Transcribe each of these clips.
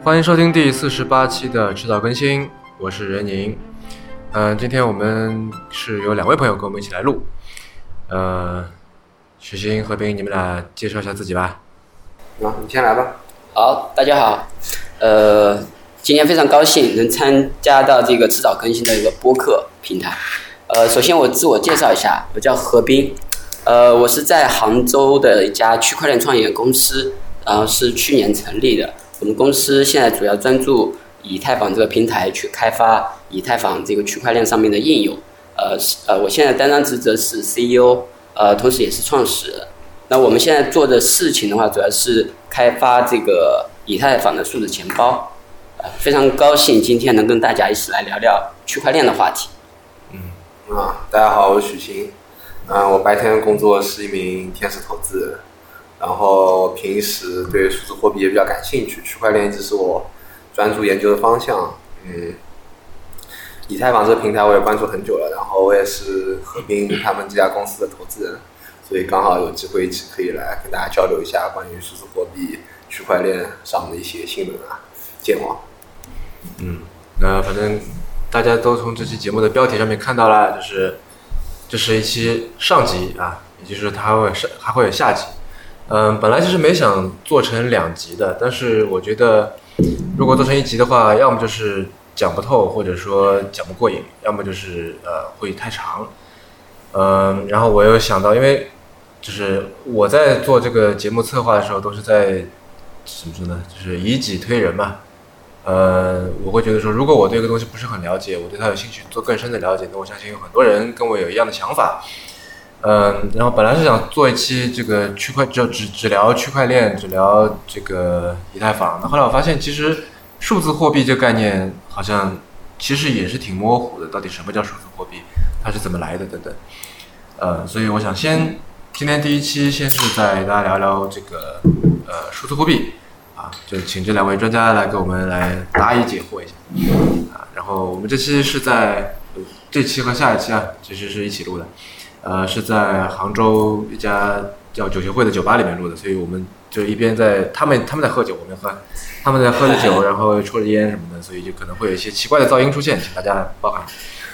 欢迎收听第48期的迟早更新，我是任宁。今天我们是有2位朋友跟我们一起来录。许昕、何冰，你们俩介绍一下自己吧。 你先来吧。 好，大家好。今天非常高兴能参加到这个迟早更新的一个播客平台。首先我自我介绍一下，我叫何冰。我是在杭州的一家区块链创业公司，然后是去年成立的。我们公司现在主要专注以太坊这个平台去开发以太坊这个区块链上面的应用。我现在担当职责是 CEO， 同时也是创始人。那我们现在做的事情的话，主要是开发这个以太坊的数字钱包。非常高兴今天能跟大家一起来聊聊区块链的话题。 大家好，我是许昕。我白天工作是一名天使投资人，然后平时对数字货币也比较感兴趣，区块链一直是我专注研究的方向。以太坊这个平台我也关注很久了，然后我也是何冰他们这家公司的投资人，所以刚好有机会一起可以来跟大家交流一下关于数字货币、区块链上面的一些新闻见闻。 反正大家都从这期节目的标题上面看到了，就是这是一期上集啊，也就是它还会有下集。本来其实没想做成2集的，但是我觉得如果做成1集的话，要么就是讲不透，或者说讲不过瘾，要么就是会太长。然后我又想到，因为就是我在做这个节目策划的时候，都是在怎么说呢，就是以己推人嘛。我会觉得说，如果我对一个东西不是很了解，我对它有兴趣做更深的了解，那我相信有很多人跟我有一样的想法。然后本来是想做一期这个只聊区块链，只聊这个以太坊。那后来我发现，其实数字货币这个概念好像其实也是挺模糊的，到底什么叫数字货币，它是怎么来的等等。所以我想今天第1期先是带大家聊聊这个数字货币。就请这2位专家来给我们来答疑解惑一下。然后我们这期是在这期和下一期其实是一起录的。是在杭州一家叫酒协会的酒吧里面录的，所以我们就一边在他们在喝酒，我们喝，他们在喝着酒，然后抽着烟什么的，所以就可能会有一些奇怪的噪音出现，请大家包涵。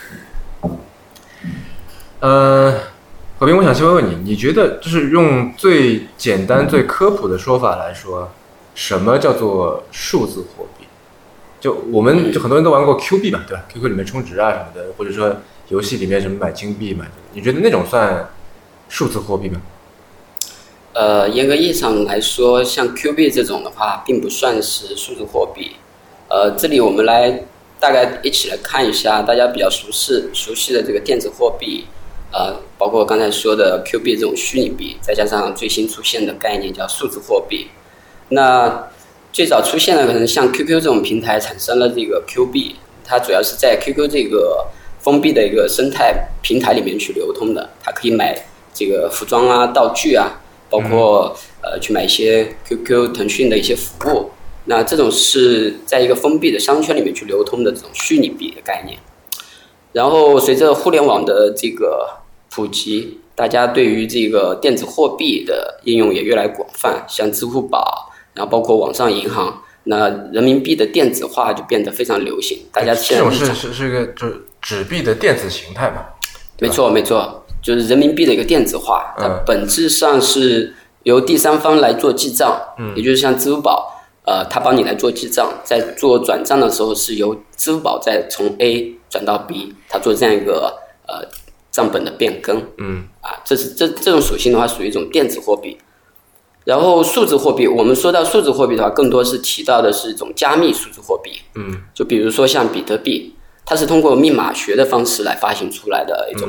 何冰，我想先问问你，你觉得就是用最简单、最科普的说法来说，什么叫做数字货币？就很多人都玩过 Q 币嘛，对吧 ？QQ 里面充值什么的，或者说游戏里面什么买金币你觉得那种算数字货币吗？ 严格意义上来说，像 Q 币这种的话，并不算是数字货币。这里我们来大概一起来看一下大家比较熟悉的这个电子货币，包括刚才说的 Q 币这种虚拟币，再加上最新出现的概念叫数字货币。那最早出现的可能像 QQ 这种平台产生了这个 Q 币，它主要是在 QQ 这个封闭的一个生态平台里面去流通的，它可以买这个服装道具包括去买一些 QQ 腾讯的一些服务。那这种是在一个封闭的商圈里面去流通的这种虚拟币的概念。然后随着互联网的这个普及，大家对于这个电子货币的应用也越来越广泛，像支付宝，然后包括网上银行，那人民币的电子化就变得非常流行。大家现在这种是一个就是纸币的电子形态嘛？ 没错，就是人民币的一个电子化，它本质上是由第三方来做记账，也就是像支付宝，它帮你来做记账，在做转账的时候是由支付宝再从 A 转到 B， 它做这样一个账本的变更。这种属性的话属于一种电子货币。然后数字货币，我们说到数字货币的话，更多是提到的是一种加密数字货币。就比如说像比特币，它是通过密码学的方式来发行出来的一种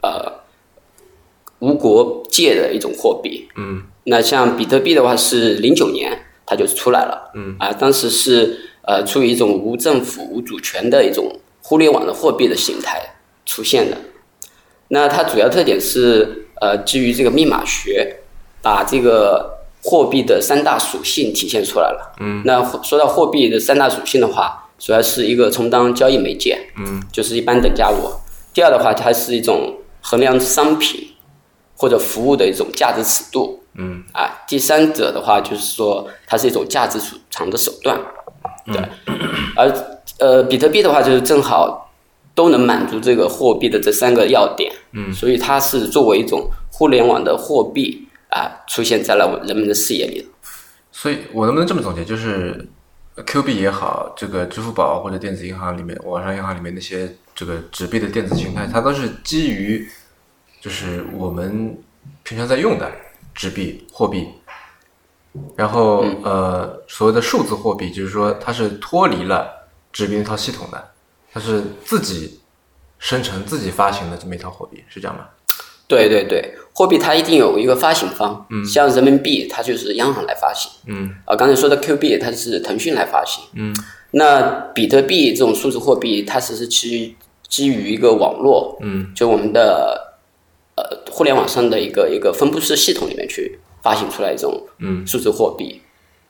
无国界的一种货币。那像比特币的话是09年它就出来了。当时是出于一种无政府无主权的一种互联网的货币的形态出现的。那它主要特点是基于这个密码学，把这个货币的3大属性体现出来了。那说到货币的3大属性的话，主要是一个充当交易媒介，就是一般等价物。第二的话，它是一种衡量商品或者服务的一种价值尺度。第三者的话，就是说它是一种价值储藏的手段。 对，而比特币的话就是正好都能满足这个货币的这3个要点，所以它是作为一种互联网的货币出现在了人们的视野里的。 所以我能不能这么总结，就是 Q 币也好，这个支付宝或者电子银行里面、网上银行里面那些这个纸币的电子形态，它都是基于就是我们平常在用的纸币货币，然后所谓的数字货币，就是说它是脱离了纸币那套系统的，它是自己生成、自己发行的这么一套货币，是这样吗？ 对对对，货币它一定有一个发行方，像人民币它就是央行来发行，刚才说的 Q 币它是腾讯来发行，那比特币这种数字货币它是基于一个网络，就我们的互联网上的一个分布式系统里面去发行出来这种数字货币，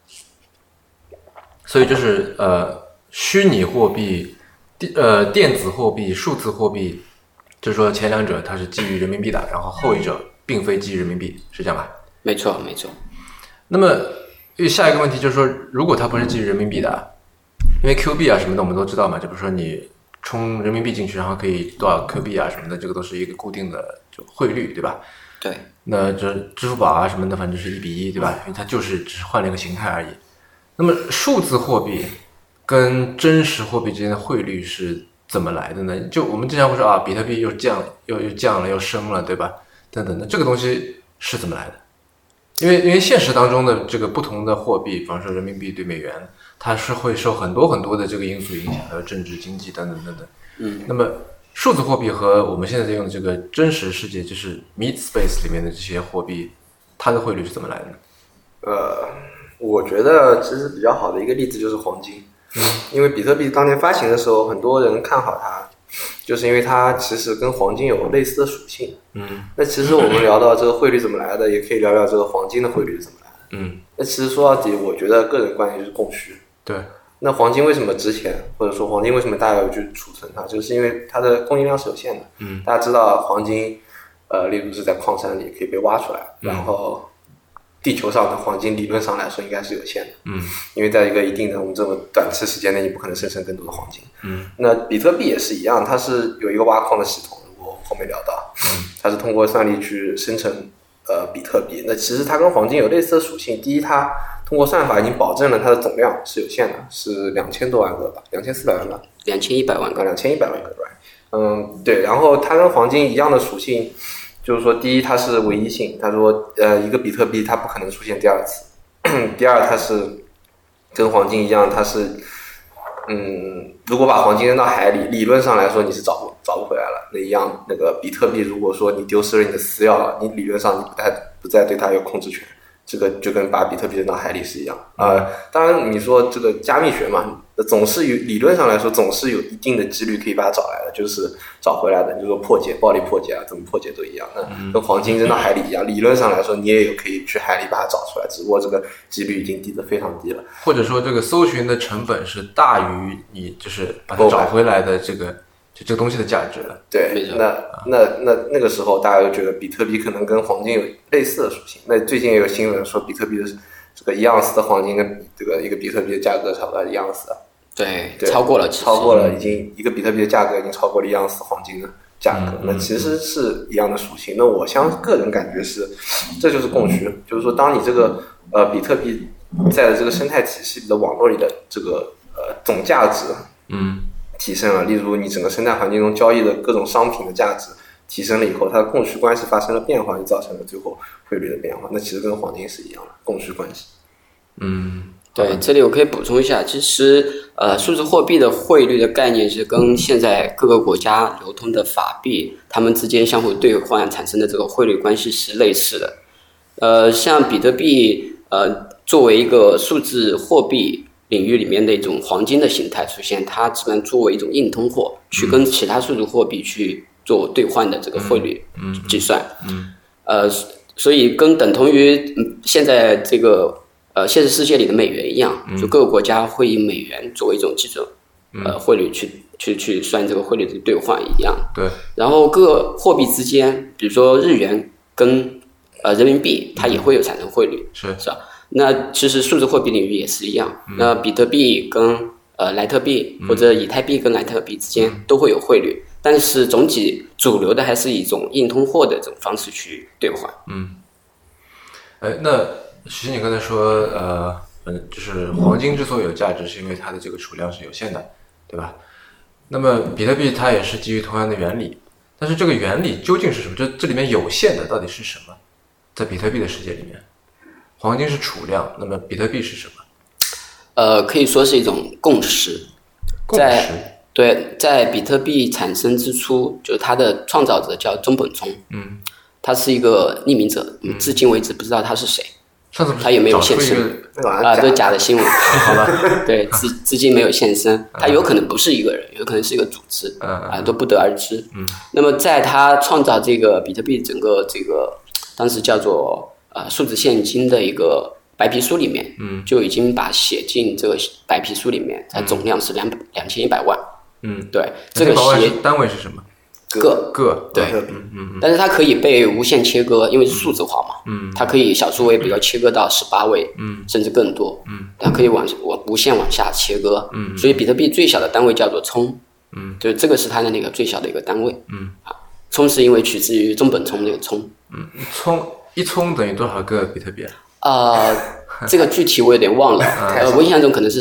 所以就是虚拟货币、电子货币、数字货币。就是说前两者它是基于人民币的，然后后一者并非基于人民币，是这样吧？ 没错没错。 那么下一个问题就是说，如果它不是基于人民币的，因为 Q 币什么的我们都知道嘛，就比如说你充人民币进去，然后可以多少 Q 币什么的，这个都是一个固定的就汇率，对吧？ 对。 那这支付宝什么的，反正就是1:1，对吧？因为它只是换了一个形态而已。那么数字货币跟真实货币之间的汇率是怎么来的呢？就我们经常会说比特币又降了又升了，对吧？等等的，这个东西是怎么来的？因为现实当中的这个不同的货币，比方说人民币对美元，它是会受很多很多的这个因素影响，还有政治、经济等等等等。那么数字货币和我们现在在用的这个真实世界，就是 Meat Space 里面的这些货币，它的汇率是怎么来的呢？ 我觉得其实比较好的一个例子就是黄金。因为比特币当年发行的时候，很多人看好它，就是因为它其实跟黄金有类似的属性。那其实我们聊到这个汇率怎么来的，也可以聊聊这个黄金的汇率是怎么来的。那其实说到底，我觉得个人观点就是供需。 对。 那黄金为什么值钱，或者说黄金为什么大家要去储存它，就是因为它的供应量是有限的。大家知道黄金，例如是在矿山里可以被挖出来，然后地球上的黄金理论上来说应该是有限的，因为在一个一定的我们这么短期时间内，你不可能生成更多的黄金。那比特币也是一样，它是有一个挖矿的系统，我后面聊到，它是通过算力去生成比特币。那其实它跟黄金有类似的属性，第一，它通过算法已经保证了它的总量是有限的，是2000多万个吧，2400万个 ，2100万个 ，2100万个，对。对，然后它跟黄金一样的属性。就是说，第一，它是唯一性。他说，一个比特币它不可能出现第二次。第二，它是跟黄金一样，它是，如果把黄金扔到海里，理论上来说你是找不回来了。那一样，那个比特币，如果说你丢失了你的私钥了，你理论上你不再对它有控制权。这个就跟把比特币扔到海里是一样。当然你说这个加密学嘛，总是理论上来说总是有一定的几率可以把它找来的，就是找回来的。就是说破解、暴力破解怎么破解都一样。那跟黄金扔到海里一样，理论上来说你也有可以去海里把它找出来，只不过这个几率已经低得非常低了。 或者说这个搜寻的成本是大于你就是把它找回来的这个东西的价值了。 对，那个时候大家就觉得比特币可能跟黄金有类似的属性。那最近也有新闻说比特币的这个1盎司的黄金跟这个一个比特币的价格差不多1盎司。 对，超过了， 已经一个比特币的价格已经超过了1盎司黄金的价格。那其实是一样的属性。那我个人感觉是，这就是供需，就是说当你这个比特币在这个生态体系里的网络里的这个总价值，提升了，例如你整个生态环境中交易的各种商品的价值提升了以后，它的供需关系发生了变化，就造成了最后汇率的变化。那其实跟黄金是一样的供需关系。 对，这里我可以补充一下，其实数字货币的汇率的概念是跟现在各个国家流通的法币它们之间相互兑换产生的这个汇率关系是类似的。像比特币作为一个数字货币领域里面的一种黄金的形态出现，它基本上作为一种硬通货去跟其他数字货币去做兑换的这个汇率计算。所以等同于现在这个现实世界里的美元一样，就各个国家会以美元作为一种基准汇率去算这个汇率的兑换一样。 对。然后各个货币之间，比如说日元跟人民币，它也会有产生汇率，是吧？ 那其实数字货币领域也是一样，那比特币跟莱特币或者以太币跟莱特币之间都会有汇率，但是总体主流的还是以一种硬通货的这种方式去兑换。 那徐你刚才说，就是黄金之所以有价值，是因为它的这个储量是有限的，对吧？那么比特币它也是基于同样的原理，但是这个原理究竟是什么？这里面有限的到底是什么？在比特币的世界里面，黄金是储量，那么比特币是什么？ 可以说是一种共识。对，在比特币产生之初，就是它的创造者叫中本聪，他是一个匿名者，至今为止不知道他是谁， 上次不是他也没有现身都是假的新闻，好吧？对，至今没有现身，他有可能不是一个人，有可能是一个组织，都不得而知。那么在他创造这个比特币整个这个当时叫做数字现金的一个白皮书里面，就已经把写进这个白皮书里面，它总量是2100万。对，这个单位是什么？ 个对，但是它可以被无限切割，因为是数字化嘛，它可以小数位，比如切割到18位，甚至更多，它可以无限往下切割，所以比特币最小的单位叫做聪，就是这个是它的那个最小的一个单位，聪是因为取自于中本聪这个聪， 一聪等于多少个比特币啊？ 这个具体我有点忘了，我印象中可能是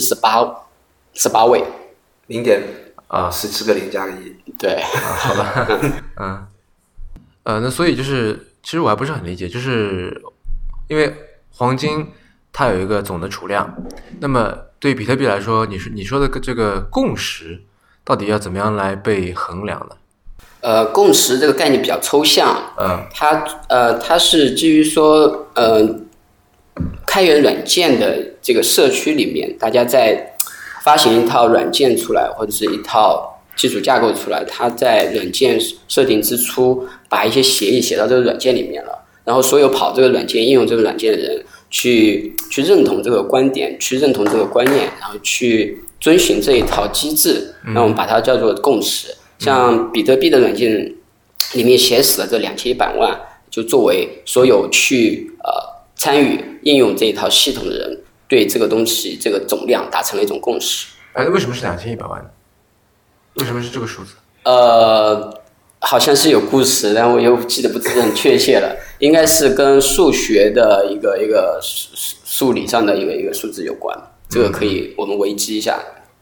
18位 ，0.17个0加个1。 对， 好吧，那所以就是，其实我还不是很理解，就是因为黄金它有一个总的储量，那么对于比特币来说，你说的这个共识到底要怎么样来被衡量呢？ 共识这个概念比较抽象，它是基于说，开源软件的这个社区里面，大家在发行一套软件出来，或者是一套基础架构出来，它在软件设定之初，把一些协议写到这个软件里面了，然后所有跑这个软件、应用这个软件的人去认同这个观点，去认同这个观念，然后去遵循这一套机制，那我们把它叫做共识。像比特币的软件里面写死了这2100万，就作为所有去参与应用这一套系统的人对这个东西这个总量达成了一种共识。 为什么是2100万呢？为什么是这个数字？ 好像是有故事，但我又记得不是很确切了，应该是跟数学的一个数理上的一个数字有关，这个可以我们维基一下。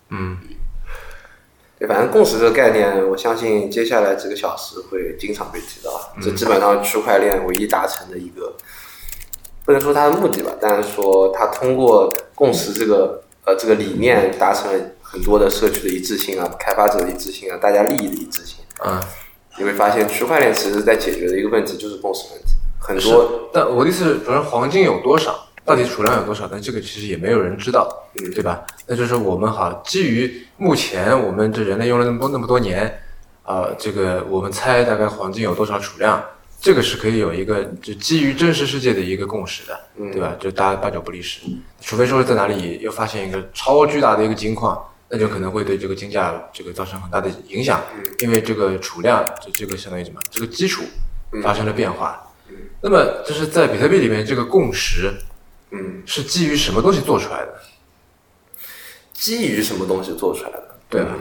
对，反正共识这个概念，我相信接下来几个小时会经常被提到。这基本上区块链唯一达成的一个，不能说它的目的吧，但是说它通过共识这个理念达成了很多的社区的一致性啊，开发者的一致性啊，大家利益的一致性。你会发现区块链其实在解决的一个问题就是共识问题，很多。 但我的意思是，主要黄金有多少，到底储量有多少，但这个其实也没有人知道，对吧？那就是我们基于目前我们这人类用了那么多年，这个我们猜大概黄金有多少储量，这个是可以有一个就基于真实世界的一个共识的，对吧？就大家8九不离十，除非说是在哪里又发现一个超巨大的一个金矿。那就可能会对这个金价这个造成很大的影响，因为这个储量这个相当于什么？这个基础发生了变化。那么就是在比特币里面，这个共识，是基于什么东西做出来的？ 基于什么东西做出来的？ 对吧？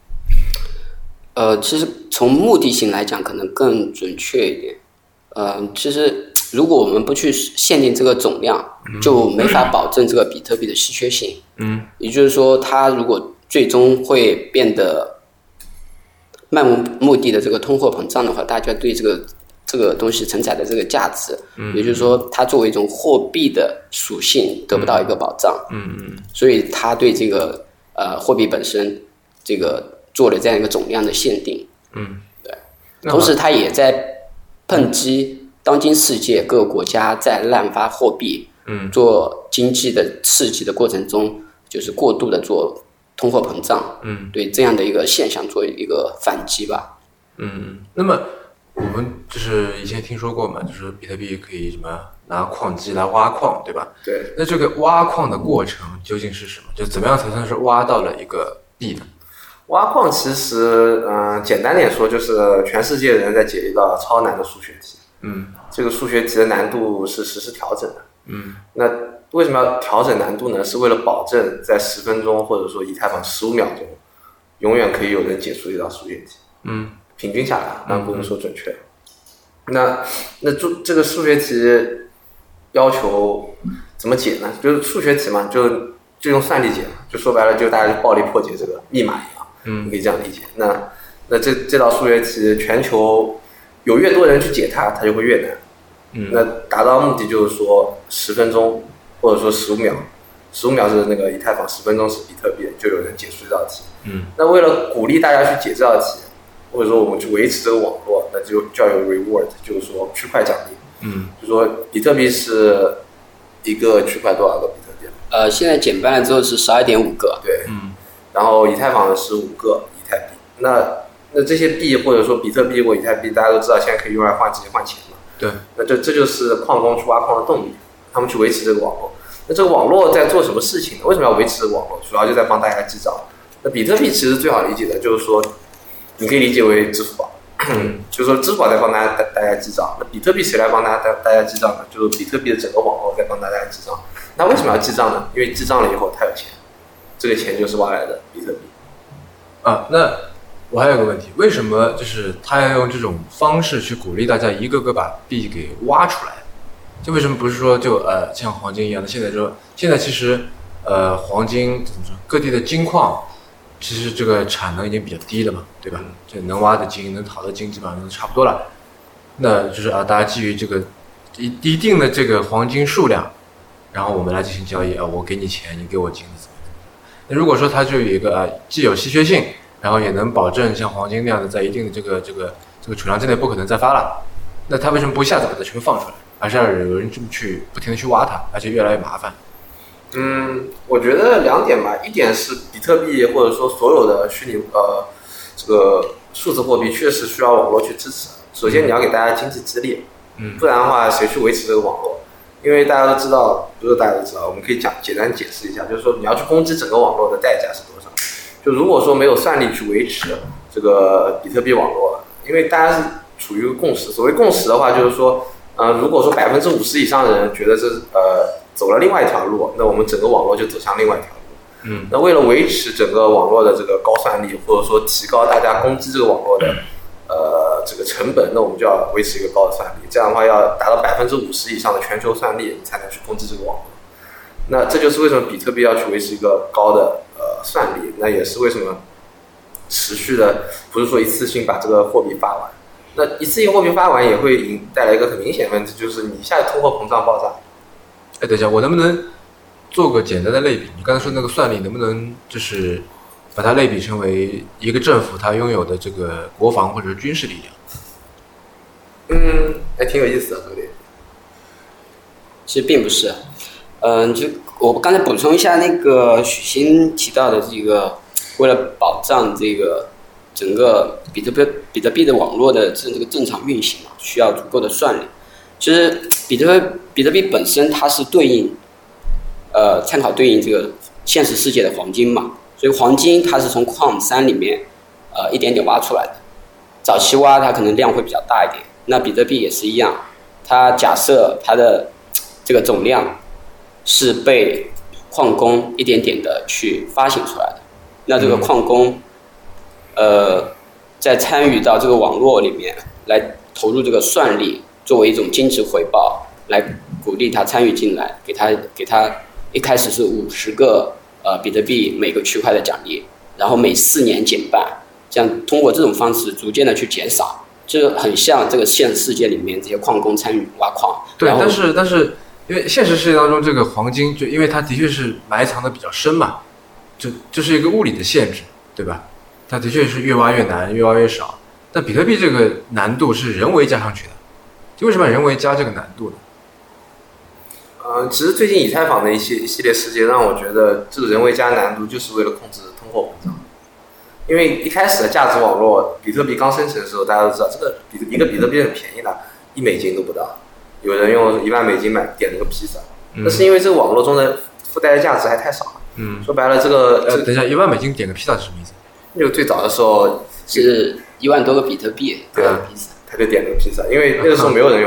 其实从目的性来讲，可能更准确一点。其实如果我们不去限定这个总量，就没法保证这个比特币的稀缺性。也就是说，它如果最终会变得漫无目的的这个通货膨胀的话，大家对这个东西承载的这个价值，也就是说，它作为一种货币的属性得不到一个保障。所以它对这个货币本身这个做了这样一个总量的限定。对。同时，它也在抨击当今世界各个国家在滥发货币，做经济的刺激的过程中，就是过度的做通货膨胀，对这样的一个现象做一个反击吧。 那么我们就是以前听说过嘛，就是比特币可以什么拿矿机来挖矿，对吧？ 对。 那这个挖矿的过程究竟是什么？就怎么样才算是挖到了一个币呢？ 挖矿其实，简单点说，就是全世界人在解一个超难的数学题。这个数学题的难度是实时调整的。那为什么要调整难度呢？是为了保证在10分钟或者说以太坊15秒钟，永远可以有人解出一道数学题。平均下来，当然不能说准确。那这个数学题要求怎么解呢？就是数学题嘛，就用算力解，就说白了，就大家就暴力破解这个密码一样。你可以这样理解。那这道数学题，全球有越多人去解它，它就会越难。那达到目的就是说10分钟或者说15秒，15秒是那个以太坊，10分钟是比特币，就有人解出这道题。那为了鼓励大家去解这道题，或者说我们去维持这个网络，那就要有 reward， 就是说区块奖励。就是说比特币是一个区块多少个比特币？ 现在减半了之后是12.5个。 对。然后以太坊是5个以太币。那这些币或者说比特币或以太币，大家都知道现在可以用来直接换钱嘛。 对。 那这就是矿工去挖矿的动力，他们去维持这个网络。那这个网络在做什么事情呢？为什么要维持这个网络？主要就在帮大家记账。那比特币其实最好理解的就是说，你可以理解为支付宝，就是说支付宝在帮大家记账。那比特币谁来帮大家记账呢？就是比特币的整个网络在帮大家记账。那为什么要记账呢？因为记账了以后，它有钱，这个钱就是挖来的比特币。 那我还有个问题，为什么就是他要用这种方式去鼓励大家一个个把币给挖出来？就为什么不是说像黄金一样的？现在其实黄金怎么说？各地的金矿其实这个产能已经比较低了嘛，对吧？这能挖的金、能淘的金基本上都差不多了。那就是大家基于这个一定的这个黄金数量，然后我们来进行交易我给你钱，你给我金子。那如果说它就有一个既有稀缺性，然后也能保证像黄金那样的在一定的这个储量之内不可能再发了，那它为什么不一下子把它全部放出来，而是要有人这么去不停的去挖它，而且越来越麻烦？ 我觉得2点吧，一点是比特币或者说所有的虚拟这个数字货币确实需要网络去支持。首先你要给大家经济激励，不然的话谁去维持这个网络？因为大家都知道，不是大家都知道，我们可以简单解释一下，就是说你要去攻击整个网络的代价是多少？就如果说没有算力去维持这个比特币网络，因为大家是处于一个共识。所谓共识的话，就是说，如果说50%以上的人觉得走了另外一条路，那我们整个网络就走向另外一条路。那为了维持整个网络的这个高算力，或者说提高大家攻击这个网络的这个成本，那我们就要维持一个高的算力。这样的话，要达到50%以上的全球算力，才能去攻击这个网络。那这就是为什么比特币要去维持一个高的算力，那也是为什么持续的不是说一次性把这个货币发完。那一次性货币发完也会带来一个很明显的问题，就是你一下通货膨胀爆炸。 等一下，我能不能做个简单的类比？你刚才说那个算力能不能就是把它类比成为一个政府它拥有的这个国防或者是军事力量？ 还挺有意思的这个类比。 其实并不是。就我刚才补充一下那个许昕提到的这个，为了保障这个整个比特币的网络的这个正常运行嘛，需要足够的算力。其实比特币本身它是参考对应这个现实世界的黄金嘛，所以黄金它是从矿山里面一点点挖出来的，早期挖它可能量会比较大一点。那比特币也是一样，它假设它的这个总量是被矿工一点点的去发行出来的，那这个矿工在参与到这个网络里面来投入这个算力，作为一种经济回报，来鼓励他参与进来，给他一开始是50个比特币每个区块的奖励，然后每4年减半，这样通过这种方式逐渐的去减少，这很像这个现实世界里面这些矿工参与挖矿。 对，但是因为现实世界当中这个黄金，就因为它的确是埋藏的比较深嘛，就是一个物理的限制，对吧？它的确是越挖越难，越挖越少。但比特币这个难度是人为加上去的，就为什么人为加这个难度呢？ 其实最近以太坊的一系列事件让我觉得这个人为加难度就是为了控制通货膨胀。因为一开始的价值网络，比特币刚生成的时候，大家都知道这个一个比特币很便宜的，$1都不到。有人用$10,000点了个披萨，那是因为这个网络中的附带的价值还太少了。说白了，这个等一下，$10,000点个披萨是什么意思？ 就最早的时候是1万多个比特币， 对啊，他就点了个披萨，因为那个时候没有人用比特币，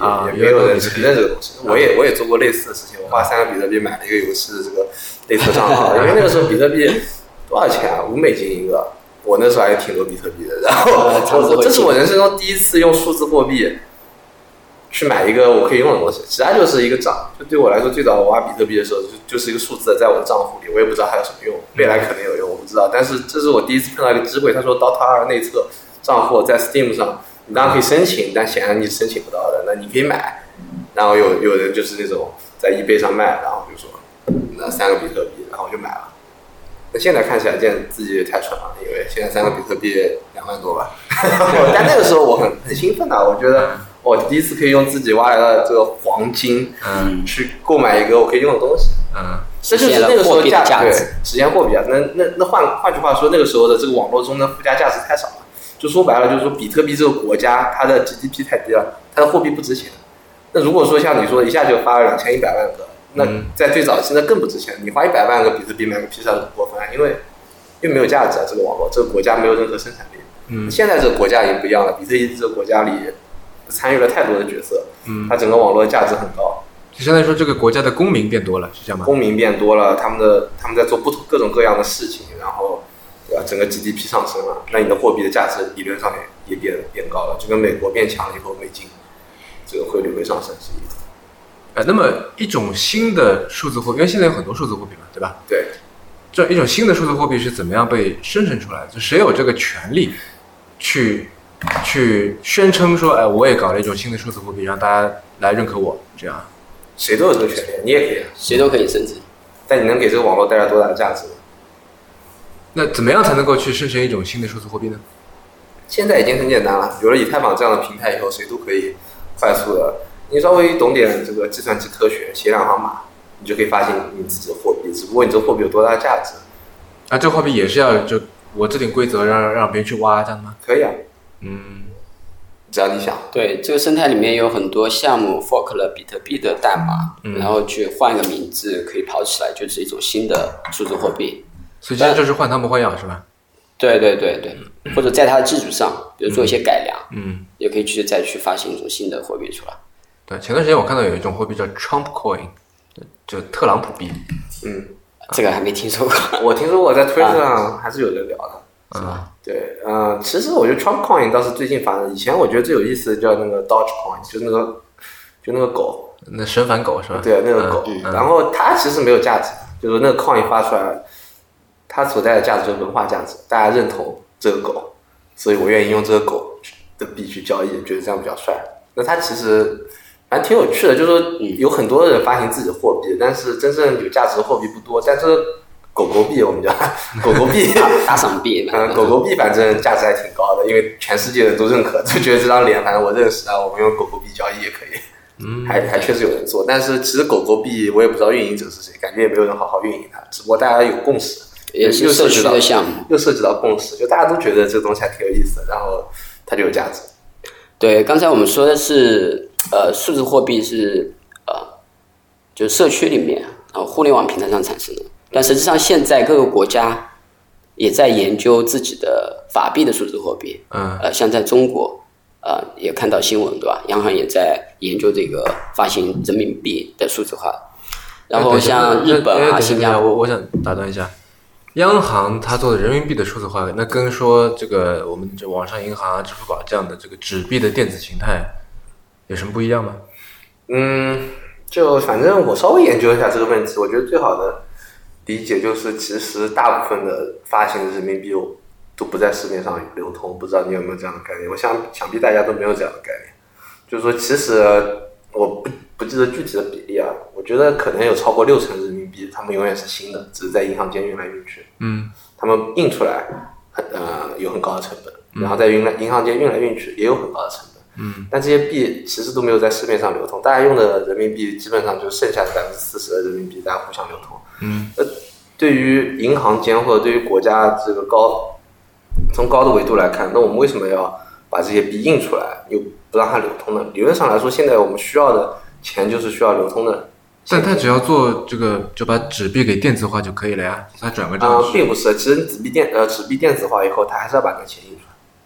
也没有人承认这个东西。我也做过类似的事情，我花3个比特币买了一个游戏的这个内测账号，因为那个时候比特币多少钱啊？$5一个，我那时候还挺多比特币的。然后这是我人生中第一次用数字货币去买一个我可以用的东西，其他就是一个账。就对我来说，最早我挖比特币的时候，就是一个数字在我的账户里，我也不知道它有什么用，未来可能有用，我不知道。但是这是我第一次碰到一个机会，他说 Dota 2内测账户在 Steam 上，你当然可以申请，但显然你申请不到的，那你可以买。然后有人就是那种在eBay上卖，然后就说那3个比特币，然后我就买了。那现在看起来自己也太蠢了，因为现在3个比特币2万多吧。但那个时候我很兴奋啊，我觉得我第一次可以用自己挖来的这个黄金，去购买一个我可以用的东西，这就是那个时候对实现货币价值。那换句话说，那个时候的这个网络中的附加价值太少了。就说白了，就是说比特币这个国家它的 GDP 太低了，它的货币不值钱。那如果说像你说一下就发了2100万个，那在最早期那更不值钱。你花100万个比特币买个披萨很过分，因为没有价值啊，这个网络这个国家没有任何生产力。现在这个国家已经不一样了，比特币这个国家里参与了太多的角色，它整个网络价值很高。 就相当于说，这个国家的公民变多了，是这样吗？ 公民变多了，他们在做各种各样的事情，然后对吧？整个 GDP 上升了，那你的货币的价值理论上面也变高了，就跟美国变强了以后，美金这个汇率会上升是一个。 那么一种新的数字货币，因为现在有很多数字货币嘛，对吧？ 对。 这一种新的数字货币是怎么样被生成出来的？就谁有这个权利去宣称说，我也搞了一种新的数字货币，让大家来认可我，这样。 谁都有这个权利，你也可以， 谁都可以生成。 但你能给这个网络带来多大的价值呢？ 那怎么样才能够去生成一种新的数字货币呢？ 现在已经很简单了，有了以太坊这样的平台以后，谁都可以快速的。你稍微懂点这个计算机科学，写2行码，你就可以发行你自己的货币。只不过你这个货币有多大的价值？ 这个货币也是要就我制定规则让别人去挖，这样的吗？ 可以啊。只要你想。 对，这个生态里面有很多项目 fork 了比特币的代码，然后去换一个名字，可以跑起来，就是一种新的数字货币。 所以这就是换汤不换药，是吧？ 对，或者在它的基础上，比如做一些改良，也可以再去发行一种新的货币出来。 对，前段时间我看到有一种货币叫 Trump Coin， 就特朗普币。 这个还没听说过。 我听说过，在推特上还是有人聊的。对，其实我觉得 Trump Coin 倒是最近发的。以前我觉得最有意思的叫那个 Doge Coin， 就那个狗， 那神反狗是吧？ 对，那个狗。然后它其实没有价值，就是那个 Coin 发出来，它所带的价值就是文化价值，大家认同这个狗，所以我愿意用这个狗的币去交易，觉得这样比较帅。那它其实反正挺有趣的，就是说有很多人发行自己的货币，但是真正有价值的货币不多。但这个狗狗币我们叫狗狗币打赏币， 狗狗币反正价值还挺高的，因为全世界人都认可，就觉得这张脸反正我认识啊，我们用狗狗币交易也可以。还确实有人做，但是其实狗狗币我也不知道运营者是谁，感觉也没有人好好运营它，只不过大家有共识， 也是社区的项目， 又涉及到共识，就大家都觉得这个东西还挺有意思的，然后它就有价值。 对，刚才我们说的是数字货币是就是社区里面互联网平台上产生的，但实际上现在各个国家也在研究自己的法币的数字货币。像在中国也看到新闻，对吧？央行也在研究这个发行人民币的数字化。然后像日本新加坡， 我想打断一下，央行它做的人民币的数字化，那跟说这个我们这网上银行支付宝这样的这个纸币的电子形态有什么不一样吗？ 就反正我稍微研究一下这个问题，我觉得最好的理解就是，其实大部分的发行的人民币都不在市面上流通，不知道你有没有这样的概念？我想必大家都没有这样的概念。就是说，其实我不记得具体的比例啊，我觉得可能有超过60%人民币，他们永远是新的，只是在银行间运来运去。他们印出来有很高的成本，然后在银行间运来运去也有很高的成本。但这些币其实都没有在市面上流通，大家用的人民币基本上就剩下的40%的人民币大家互相流通。对于银行间或者对于国家这个从高的维度来看，那我们为什么要把这些币印出来，又不让它流通呢？理论上来说，现在我们需要的钱就是需要流通的。 但它只要做这个，就把纸币给电子化就可以了呀，它转个账。 并不是，其实纸币电子化以后，它还是要把那个钱印出来。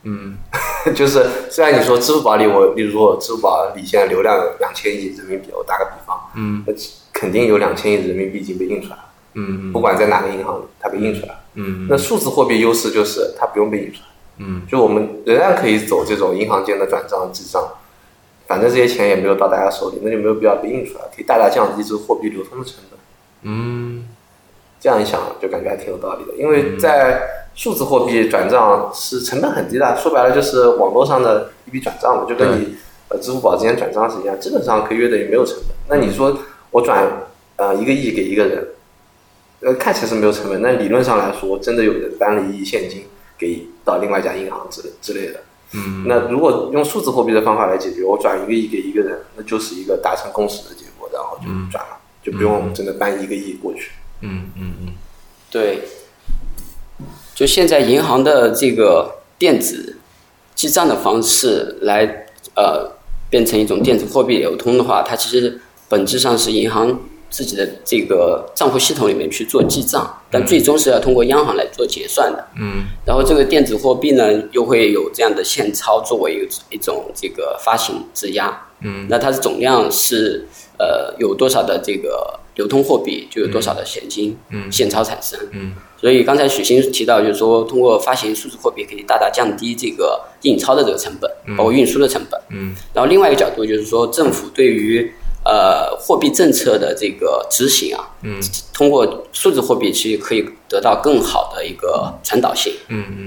就是虽然你说支付宝里例如说支付宝里现在流量有2000亿人民币，我打个比方，那肯定有2000亿人民币已经被印出来了，不管在哪个银行里，它被印出来了，那数字货币优势就是它不用被印出来，就我们仍然可以走这种银行间的转账记账，反正这些钱也没有到大家手里，那就没有必要被印出来，可以大大降低这个货币流通的成本。这样一想就感觉还挺有道理的，因为在数字货币转账是成本很低的，说白了就是网络上的一笔转账嘛，就跟你支付宝之间转账是一样，基本上可以约等于没有成本。那你说我转1个亿给一个人，看起来是没有成本，但理论上来说，真的有人搬了1亿现金给到另外一家银行之类的。那如果用数字货币的方法来解决，我转1个亿给一个人，那就是一个达成共识的结果，然后就转了，就不用真的搬1个亿过去。 对，就现在银行的这个电子记账的方式来变成一种电子货币流通的话，它其实本质上是银行自己的这个账户系统里面去做记账，但最终是要通过央行来做结算的。然后这个电子货币呢，又会有这样的现钞作为一种这个发行质押。那它的总量是有多少的这个流通货币，就有多少的现金现钞产生。所以刚才许昕提到，就是说通过发行数字货币可以大大降低这个印钞的这个成本，包括运输的成本。然后另外一个角度就是说，政府对于货币政策的这个执行啊，通过数字货币其实可以得到更好的一个传导性。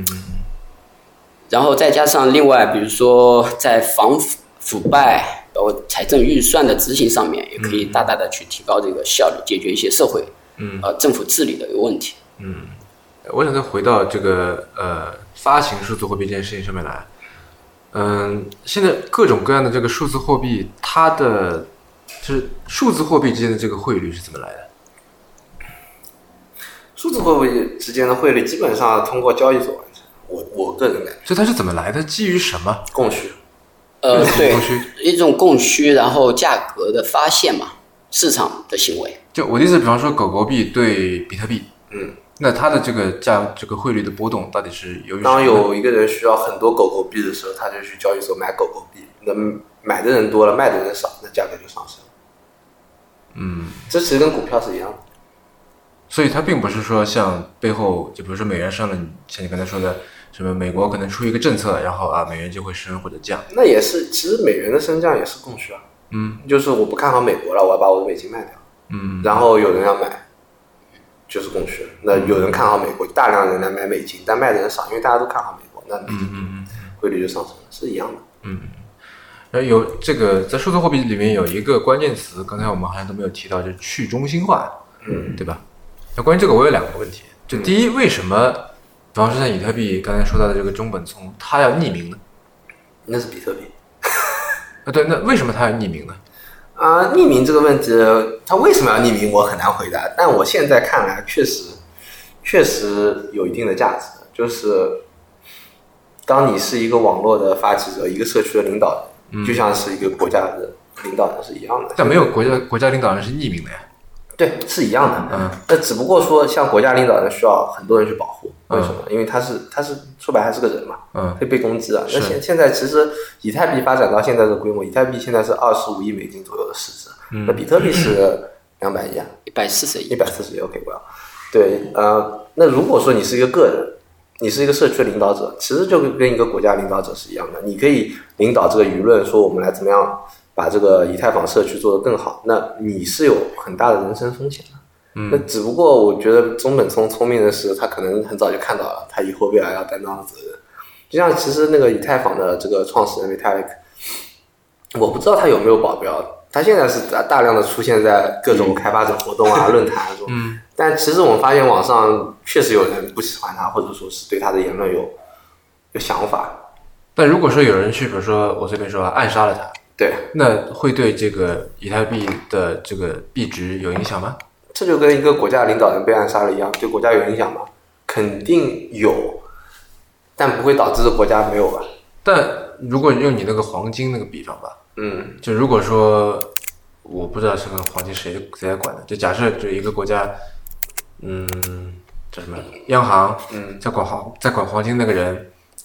然后再加上另外，比如说在防腐败，包括财政预算的执行上面，也可以大大的去提高这个效率，解决一些社会政府治理的一个问题。 我想再回到这个发行数字货币这件事情上面来。现在各种各样的这个数字货币，它的就是数字货币之间的这个汇率是怎么来的？ 数字货币之间的汇率基本上通过交易所完成，我个人感觉。 所以它是怎么来的？基于什么？ 供需。 对，一种供需，然后价格的发现嘛，市场的行为。 就我的意思，比方说狗狗币对比特币，那它的这个汇率的波动到底是由于什么？ 当有一个人需要很多狗狗币的时候，他就去交易所买狗狗币，那买的人多了，卖的人少，那价格就上升。这其实跟股票是一样的。 所以它并不是说像背后，就比如说美元升了，像你刚才说的，什么美国可能出一个政策，然后美元就会升或者降。 那也是，其实美元的升降也是供需啊。就是我不看好美国了，我要把我的美金卖掉。然后有人要买，就是供需。那有人看好美国，大量人来买美金，但卖的人少，因为大家都看好美国，那美金汇率就上升了，是一样的。 然后有这个在数字货币里面有一个关键词，刚才我们好像都没有提到，就是去中心化，对吧？那关于这个我有2个问题，就第一，为什么比方说像比特币刚才说到的这个中本聪，它要匿名呢？ 那是比特币。 对，那为什么它要匿名呢？ 匿名这个问题，它为什么要匿名，我很难回答。但我现在看来，确实有一定的价值。就是当你是一个网络的发起者，一个社区的领导人，就像是一个国家的领导人是一样的。 但没有国家领导人是匿名的呀。 对，是一样的。那只不过说，像国家领导人需要很多人去保护，为什么？因为他是说白还是个人嘛，会被攻击啊。那现在其实以太币发展到现在的规模，以太币现在是25亿美金左右的市值，那比特币是200亿啊 ，140亿 ，140亿 OK 不要。对，那如果说你是一个个人，你是一个社区的领导者，其实就跟一个国家领导者是一样的，你可以领导这个舆论，说我们来怎么样把这个以太坊社区做得更好，那你是有很大的人身风险的。那只不过我觉得中本聪聪明的是，他可能很早就看到了他以后未来要担当的责任。就像其实那个以太坊的这个创始人 Vitalik， 我不知道他有没有保镖，他现在是大量的出现在各种开发者活动啊、论坛中。但其实我们发现网上确实有人不喜欢他，或者说是对他的言论有想法。 但如果说有人去，比如说我随便说暗杀了他， 对， 那会对这个以太币的这个币值有影响吗？ 这就跟一个国家领导人被暗杀了一样，对国家有影响吗？肯定有，但不会导致这国家没有吧？ 但如果用你那个黄金那个比方吧，就如果说我不知道这个黄金谁在管的，就假设就一个国家，叫什么央行，在管黄金那个人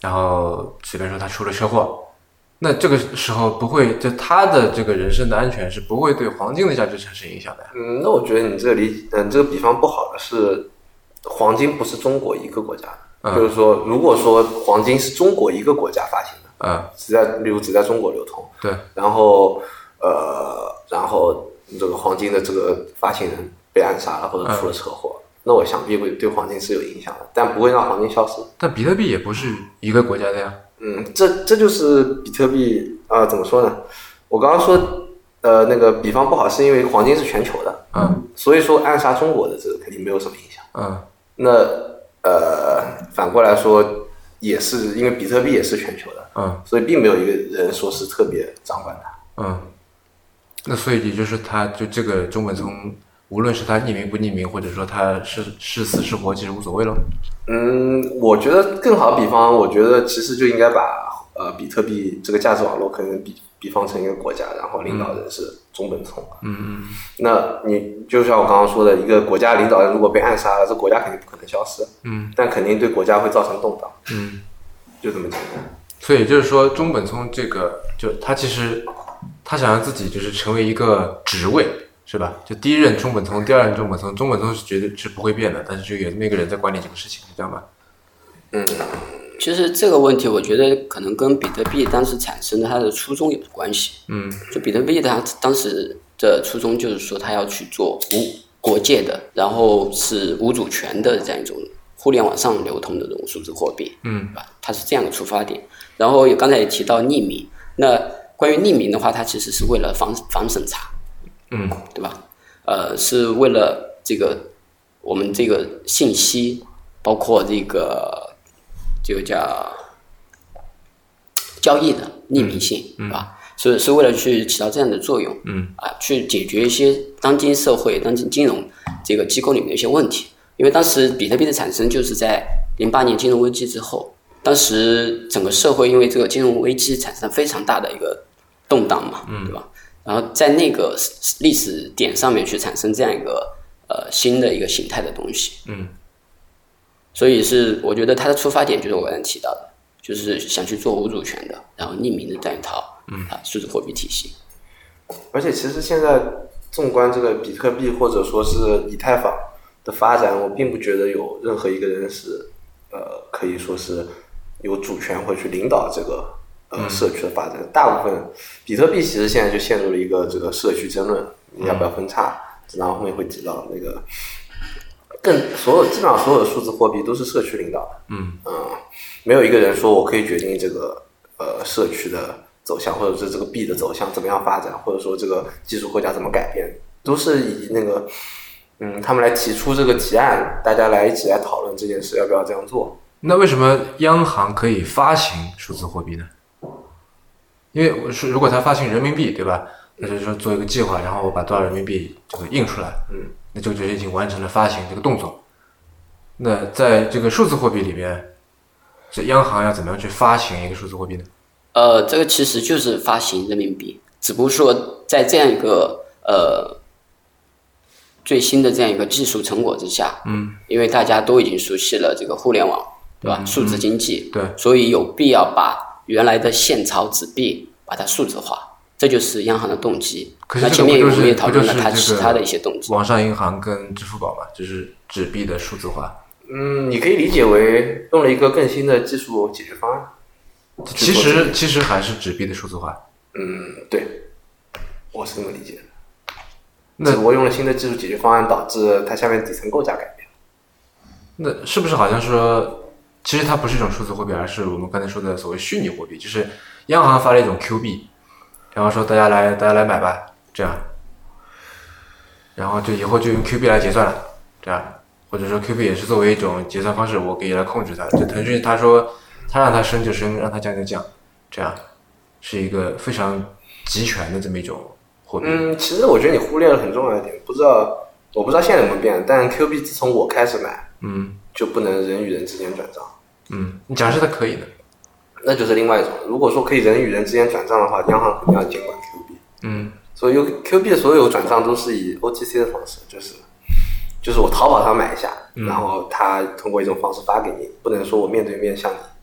然后随便说他出了车祸，那这个时候不会，就他的这个人身的安全是不会对黄金的价值产生影响的呀。 那我觉得你这个这个比方不好的是，黄金不是中国一个国家的，就是说，如果说黄金是中国一个国家发行的，例如只在中国流通， 对， 然后这个黄金的这个发行人被暗杀了或者出了车祸，那我想必会对黄金是有影响的，但不会让黄金消失。 但比特币也不是一个国家的呀。 这就是比特币怎么说呢？我刚刚说那个比方不好，是因为黄金是全球的，所以说暗杀中国的这个肯定没有什么影响。那反过来说，也是因为比特币也是全球的，所以并没有一个人说是特别掌管它。 那所以也就是他就这个中本聪，无论是他匿名不匿名，或者说他是死是活，其实无所谓了。 我觉得更好的比方，我觉得其实就应该把比特币这个价值网络可能比方成一个国家，然后领导人是中本聪。那你就像我刚刚说的，一个国家领导人如果被暗杀了，这国家肯定不可能消失。但肯定对国家会造成动荡。就这么简单。 所以就是说，中本聪这个就他其实他想让自己就是成为一个职位。是吧？就第一任中本聪，第二任中本聪，中本聪是绝对是不会变的，但是就有那个人在管理这个事情，是这样吧？ 其实这个问题，我觉得可能跟比特币当时产生的它的初衷有关系。就比特币它当时的初衷就是说，它要去做无国界的，然后是无主权的这样一种互联网上流通的这种数字货币，吧？它是这样的出发点。然后刚才也提到匿名，那关于匿名的话，它其实是为了防审查。对吧？是为了这个我们这个信息，包括这个叫交易的匿名性，吧？是为了去起到这样的作用，去解决一些当今社会、当今金融这个机构里面的一些问题。因为当时比特币的产生就是在08年金融危机之后，当时整个社会因为这个金融危机产生非常大的一个动荡嘛，对吧？然后在那个历史点上面去产生这样一个新的一个形态的东西，所以是我觉得它的出发点就是我刚才提到的，就是想去做无主权的，然后匿名的这样一套数字货币体系。 而且其实现在纵观这个比特币或者说是以太坊的发展，我并不觉得有任何一个人是可以说是有主权会去领导这个社区的发展。大部分比特币其实现在就陷入了一个这个社区争论，你要不要分叉，然后后面会提到那个基本上所有的数字货币都是社区领导的。没有一个人说我可以决定这个社区的走向，或者是这个币的走向怎么样发展，或者说这个技术国家怎么改变，都是以那个他们来提出这个提案，大家来一起来讨论这件事要不要这样做。 那为什么央行可以发行数字货币呢？因为如果他发行人民币，对吧？那就是说做一个计划，然后我把多少人民币这个印出来，那就已经完成了发行这个动作。那在这个数字货币里面，这央行要怎么样去发行一个数字货币呢？ 这个其实就是发行人民币，只不过说在这样一个最新的这样一个技术成果之下，因为大家都已经熟悉了这个互联网，对吧？数字经济， 对， 所以有必要把原来的现钞纸币把它数字化，这就是央行的动机。那前面我们也讨论了它其他的一些动机。 网上银行跟支付宝嘛，就是纸币的数字化。 你可以理解为用了一个更新的技术解决方案。 其实还是纸币的数字化。 对，我是这么理解的。只不过用了新的技术解决方案，导致它下面底层构架改变。 那是不是好像说，其实它不是一种数字货币，而是我们刚才说的所谓虚拟货币，就是央行发了一种 Q 币，然后说大家来买吧，这样，然后就以后就用 Q 币来结算了，这样，或者说 Q 币也是作为一种结算方式，我可以来控制它。就腾讯他说他让它升就升，让它降就降，这样是一个非常集权的这么一种货币。 其实我觉得你忽略了很重要一点，我不知道现在有没有变，但 Q 币自从我开始买，就不能人与人之间转账。 你假设它可以呢？ 那就是另外一种。如果说可以人与人之间转账的话，央行肯定要监管 Q 币。所以 Q 币的所有转账都是以 OTC 的方式，就是我淘宝上买一下，然后他通过一种方式发给你，不能说我面对面向你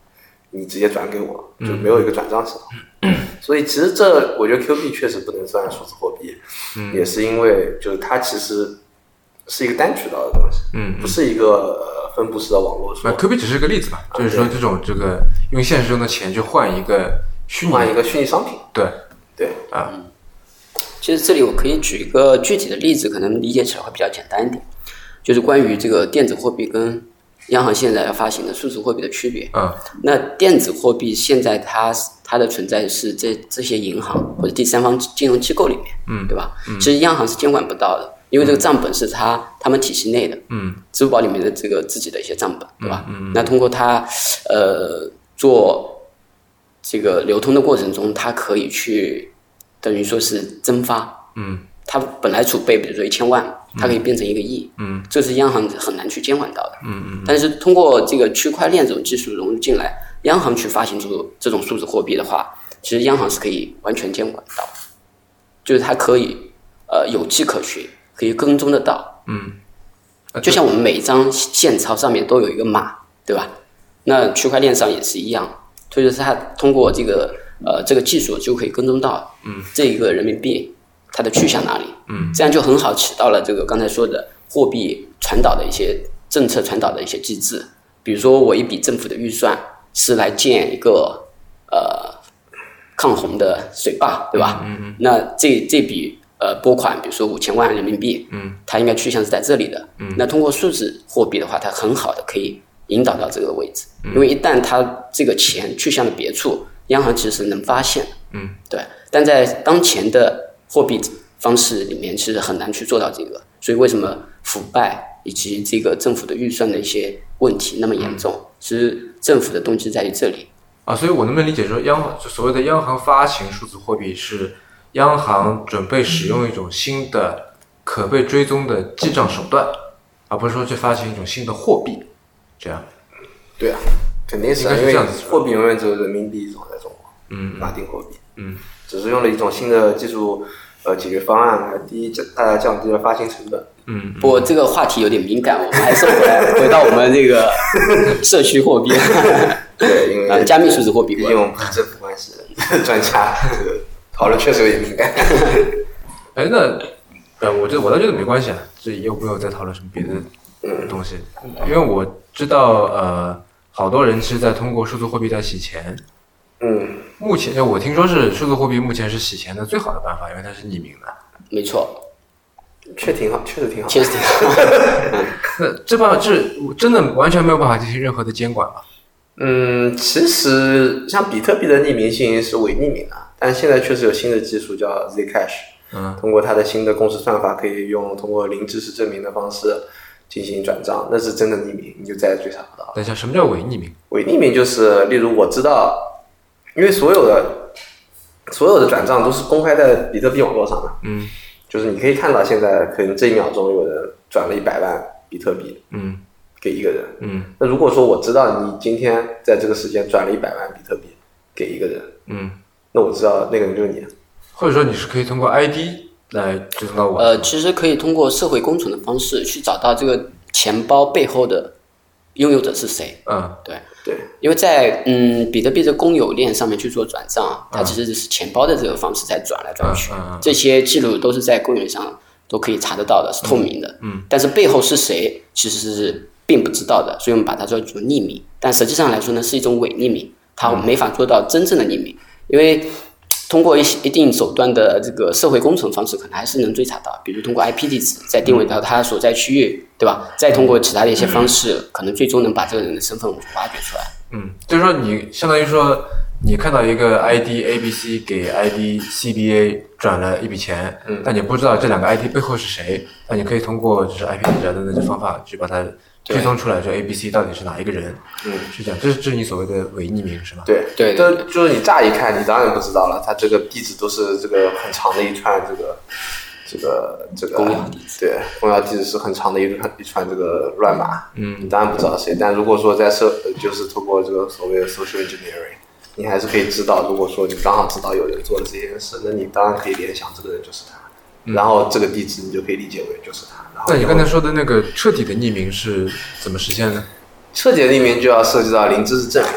你直接转给我，就没有一个转账系统。所以其实我觉得 Q 币确实不能算数字货币，也是因为就是它其实是一个单渠道的东西，不是一个分布式的网络。 那 Q 币只是个例子嘛，就是说这个用现实中的钱去换一个虚拟商品。对啊。 其实这里我可以举一个具体的例子，可能理解起来会比较简单一点，就是关于这个电子货币跟央行现在要发行的数字货币的区别。那电子货币现在它的存在是这些银行或者第三方金融机构里面，对吧？其实央行是监管不到的，因为这个账本是他们体系内的，支付宝里面的这个自己的一些账本，对吧？那通过它做这个流通的过程中，它可以去等于说是增发，它本来储备比如说1000万，它可以变成1个亿，这是央行很难去监管到的，但是通过这个区块链这种技术融入进来，央行去发行出这种数字货币的话，其实央行是可以完全监管到，就是它可以有迹可循，可以跟踪得到，就像我们每一张现钞上面都有一个码，对吧？那区块链上也是一样，所以说它通过这个技术就可以跟踪到，这一个人民币它的去向哪里，这样就很好起到了这个刚才说的货币传导的一些政策传导的一些机制。比如说我一笔政府的预算是来建一个抗洪的水坝，对吧？那这笔拨款，比如说5000万人民币，它应该去向是在这里的。那通过数字货币的话，它很好的可以引导到这个位置，因为一旦它这个钱去向了别处，央行其实是能发现的，对。但在当前的货币方式里面，其实很难去做到这个。所以为什么腐败以及这个政府的预算的一些问题那么严重？其实政府的动机在于这里啊。所以我能不能理解说，所谓的央行发行数字货币是央行准备使用一种新的可被追踪的记账手段，而不是说去发行一种新的货币，这样？ 对啊，肯定是，因为货币永远只有人民币一种在中国，法定货币，只是用了一种新的技术解决方案来大大降低了发行成本。 不过这个话题有点敏感，我们还是回到我们这个社区货币。 对，因为加密数字货币， 毕竟我们不是政府关系专家，这个讨论确实有点敏感。 那我倒觉得没关系啊，这又不用再讨论什么别的东西，因为我知道好多人其实在通过数字货币在洗钱。目前我听说是数字货币目前是洗钱的最好的办法，因为它是匿名的。 没错， 确实挺好。 那这办法是真的完全没有办法进行任何的监管吗？ 其实像比特币的匿名性是伪匿名的，但现在确实有新的技术叫 Zcash，通过它的新的共识算法，可以通过零知识证明的方式进行转账，那是真的匿名，你就再也追查不到了。 等一下，什么叫伪匿名？ 伪匿名就是，例如我知道，因为所有的转账都是公开在比特币网络上的，就是你可以看到现在可能这1秒钟有人转了100万比特币，给一个人，那如果说我知道你今天在这个时间转了100万比特币给一个人，那我知道那个人就是你， 或者说你是可以通过 ID 来追踪到我。 其实可以通过社会工程的方式去找到这个钱包背后的拥有者是谁。对，因为在比特币的公有链上面去做转账，它其实是钱包的这个方式在转来转去，这些记录都是在公有链上都可以查得到的，是透明的。但是背后是谁其实是并不知道的，所以我们把它叫做匿名。但实际上来说呢，是一种伪匿名，它没法做到真正的匿名，因为通过一定手段的这个社会工程方式，可能还是能追查到，比如通过 IP 地址再定位到他所在区域，对吧？再通过其他的一些方式，可能最终能把这个人的身份挖掘出来。 就是说你相当于说，你看到一个 ID ABC 给 ID CBA 转了一笔钱，但你不知道这2个 ID 背后是谁，那你可以通过就是 IP 地址的那些方法去把它追踪出来，就 ABC 到底是哪一个人，是这样，这是你所谓的伪匿名是吗？ 对，就是你乍一看，你当然不知道了，它这个地址都是这个很长的一串这个公钥地址， 对，公钥地址是很长的一串这个乱码，你当然不知道谁，但如果说就是通过这个所谓的 social engineering， 你还是可以知道，如果说你刚好知道有人做了这件事，那你当然可以联想这个人就是他。然后这个地址你就可以理解为就是他。 那你刚才说的那个彻底的匿名是怎么实现呢？ 彻底的匿名就要涉及到零知识证明了。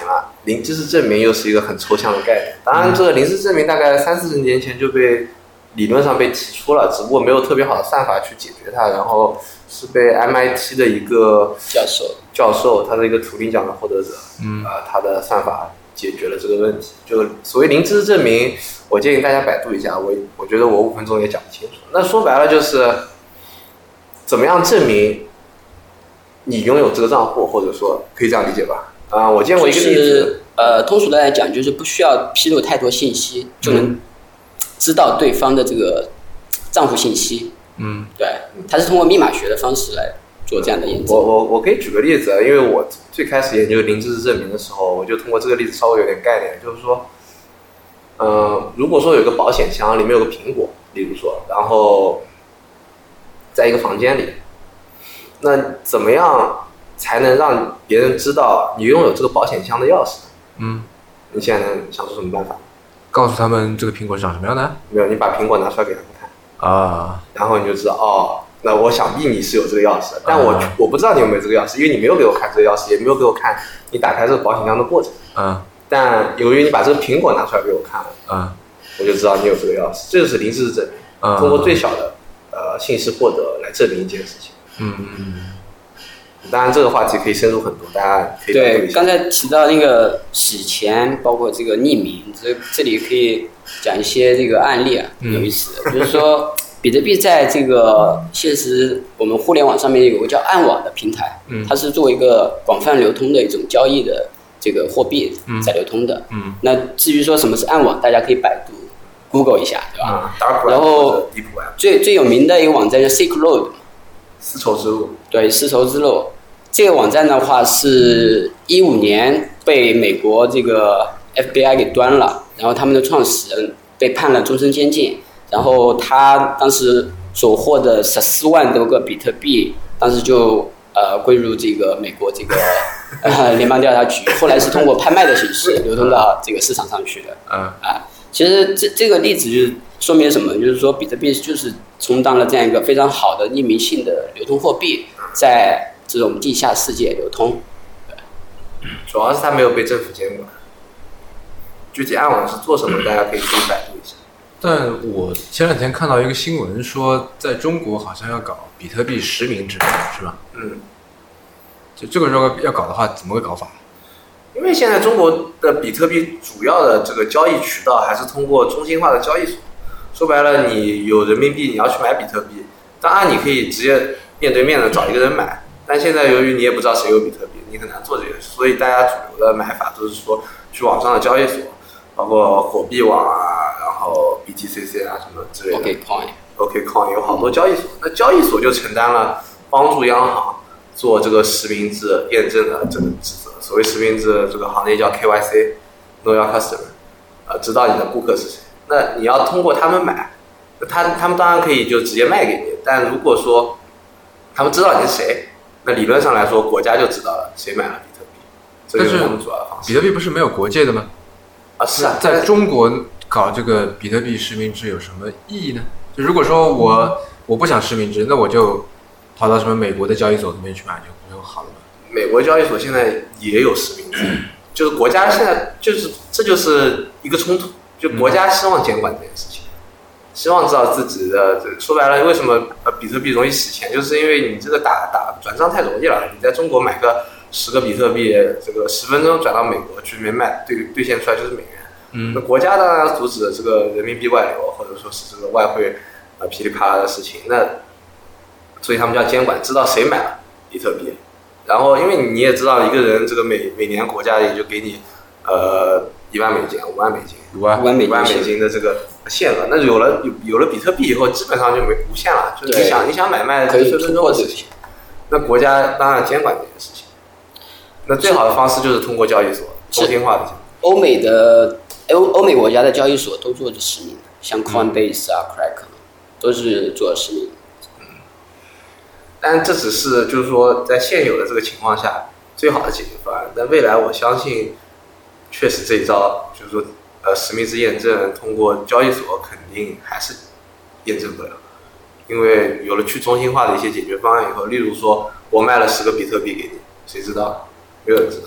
零知识证明又是一个很抽象的概念。当然，这个零知识证明大概30-40年前就被理论上被提出了，只不过没有特别好的算法去解决它。然后是被 MIT 的一个教授，他的一个图灵奖的获得者，他的算法解决了这个问题。就所谓零知识证明，我建议大家百度一下，我觉得我5分钟也讲不清楚。那说白了就是怎么样证明你拥有这个账户，或者说可以这样理解吧？我见过一个例子， 通俗的来讲，就是不需要披露太多信息，就能知道对方的这个账户信息。对，它是通过密码学的方式来做这样的验证。 我可以举个例子，因为我最开始研究零知识证明的时候，我就通过这个例子稍微有点概念，就是说，如果说有一个保险箱里面有个苹果，例如说，然后在一个房间里，那怎么样才能让别人知道你拥有这个保险箱的钥匙？你现在能想出什么办法？ 告诉他们这个苹果是长什么样的？ 没有，你把苹果拿出来给他们看啊， 然后你就知道那我想必你是有这个钥匙，但我不知道你有没有这个钥匙，因为你没有给我看这个钥匙，也没有给我看你打开这个保险箱的过程。但由于你把这个苹果拿出来给我看了，我就知道你有这个钥匙，这就是零知识证明，通过最小的信息获得来证明一件事情。当然这个话题可以深入很多，大家可以对刚才提到那个洗钱，包括这个匿名，这里可以讲一些这个案例有意思的，就是说比特币在这个现实我们互联网上面有个叫暗网的平台，它是作为一个广泛流通的一种交易的这个货币在流通的。那至于说什么是暗网，大家可以百度 Google 一下，对吧？然后最有名的一个网站叫 Silk Road， 丝绸之路。对， 丝绸之路。这个网站的话是15年被美国这个 FBI 给端了，然后他们的创始人被判了终身监禁，然后他当时所获的14万多个比特币，当时就归入这个美国这个联邦调查局，后来是通过拍卖的形式流通到这个市场上去的。其实这个例子就是说明什么？就是说比特币就是充当了这样一个非常好的匿名性的流通货币，在这种地下世界流通。 主要是它没有被政府监管。具体暗网是做什么，大家可以自己百度一下。 但我前2天看到一个新闻说，在中国好像要搞比特币实名制，是吧？就这个时候要搞的话，怎么个搞法？ 因为现在中国的比特币主要的这个交易渠道还是通过中心化的交易所。说白了，你有人民币，你要去买比特币，当然你可以直接面对面的找一个人买。但现在由于你也不知道谁有比特币，你很难做这个，所以大家主流的买法都是说去网上的交易所，包括火币网然后 BTCC 什么之类的。OKCoin 有好多交易所，那交易所就承担了帮助央行做这个实名制验证的这个职责。所谓实名制，这个行业叫 KYC，Know Your Customer， 知道你的顾客是谁。那你要通过他们买，他们当然可以就直接卖给你，但如果说他们知道你是谁，那理论上来说，国家就知道了谁买了比特币，这就是他们主要的方式。 比特币不是没有国界的吗？ 是啊， 在中国搞这个比特币实名制有什么意义呢？就如果说我不想实名制，那我就跑到什么美国的交易所那边去买就好了嘛。 美国交易所现在也有实名制，就是国家现在这就是一个冲突，就国家希望监管这件事情。希望知道自己的，说白了，为什么比特币容易洗钱，就是因为你这个打转账太容易了。你在中国买个10个比特币，这个10分钟转到美国去卖，兑现出来就是美元。那国家当然要阻止这个人民币外流，或者说是这个外汇噼里啪啦的事情。那所以他们就要监管，知道谁买了比特币。然后因为你也知道，一个人这个每年国家也就给你1万美金、5万美金、5万美金的这个限额。那有了比特币以后，基本上就无限了，就是你想买卖可以随分钟的事情。那国家当然监管这件事情。那最好的方式就是通过交易所，中心化的。 欧美国家的交易所都做着实名的，像 Coinbase Kraken 都是做实名的。 但这只是就是说在现有的这个情况下最好的解决方案。但未来我相信，确实这一招就是说实名制验证通过交易所肯定还是验证不了，因为有了去中心化的一些解决方案以后，例如说我卖了10个比特币给你，谁知道？没有人知道。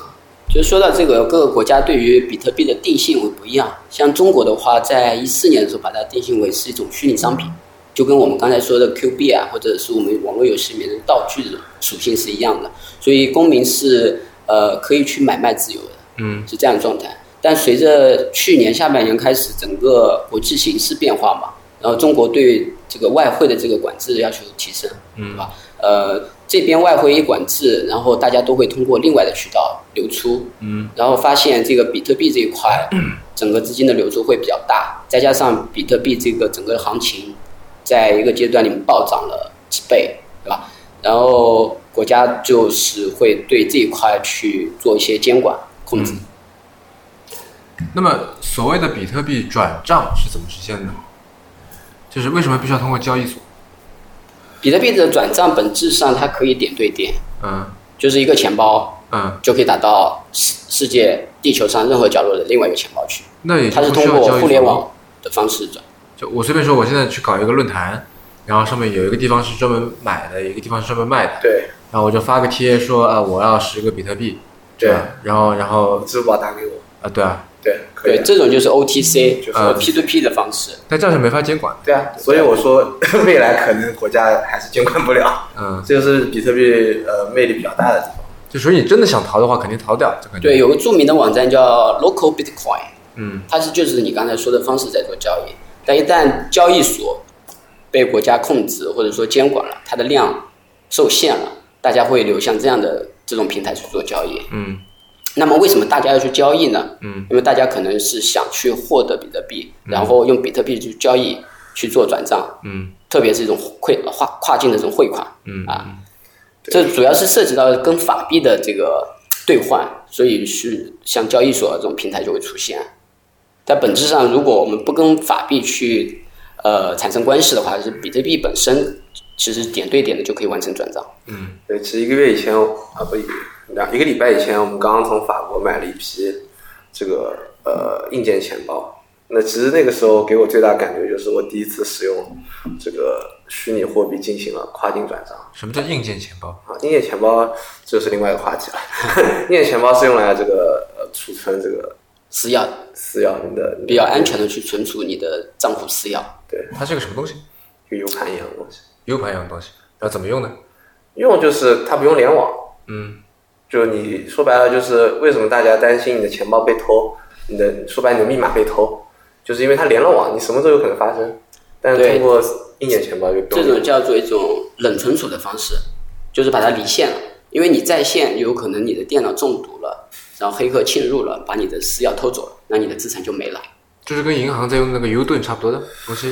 就是说到这个，各个国家对于比特币的定性会不一样。像中国的话，在2014年的时候把它定性为是一种虚拟商品，就跟我们刚才说的 Q 币啊，或者是我们网络游戏里面的道具的属性是一样的。所以公民是可以去买卖自由的，是这样的状态。但随着去年下半年开始，整个国际形势变化嘛，然后中国对这个外汇的这个管制要求提升，对吧？这边外汇一管制，然后大家都会通过另外的渠道流出，然后发现这个比特币这一块，整个资金的流出会比较大，再加上比特币这个整个行情，在一个阶段里面暴涨了几倍，对吧？然后国家就是会对这一块去做一些监管控制。 那么所谓的比特币转账是怎么实现的？就是为什么必须要通过交易所？ 比特币的转账本质上它可以点对点，就是一个钱包，就可以打到世界地球上任何角落的另外一个钱包去。 那也它是通过互联网的方式转。 就我随便说，我现在去搞一个论坛，然后上面有一个地方是专门买的，一个地方是专门卖的。 对。 然后我就发个贴说我要10个比特币。 对。 然后支付宝打给我。 对啊。 对，可以。 对，这种就是 OTC， 就是 P2P 的方式。 但这样是没法监管的。 对啊，所以我说未来可能国家还是监管不了。这就是比特币魅力比较大的地方。 就所以你真的想逃的话，肯定逃掉。 对，有个著名的网站叫 Local Bitcoin，它就是你刚才说的方式在做交易，但一旦交易所被国家控制或者说监管了，它的量受限了，大家会流向这种平台去做交易。那么为什么大家要去交易呢？因为大家可能是想去获得比特币，然后用比特币去交易去做转账，特别是一种跨境的这种汇款，这主要是涉及到跟法币的这个兑换，所以是像交易所这种平台就会出现。但本质上，如果我们不跟法币去产生关系的话，是比特币本身其实点对点的就可以完成转账。 对，其实1个月以前一个礼拜以前，我们刚刚从法国买了一批这个硬件钱包。那其实那个时候给我最大感觉就是我第一次使用这个虚拟货币进行了跨境转账。 什么叫硬件钱包？ 硬件钱包这是另外一个话题了。硬件钱包是用来这个储存这个私钥你的比较安全的去存储你的账户私钥。 对，它是个什么东西？ 一个 U 盘一样的东西。 U 盘一样的东西，然后怎么用呢？ 用就是它不用联网。就你说白了就是为什么大家担心你的钱包被偷，说白了你的密码被偷，就是因为它连了网，你什么都有可能发生。但是通过硬件钱包就不用。 这种叫做一种冷存储的方式，就是把它离线了。因为你在线有可能你的电脑中毒了，然后黑客侵入了，把你的私钥偷走了，那你的资产就没了。 就是跟银行在用那个 U 盾差不多的东西。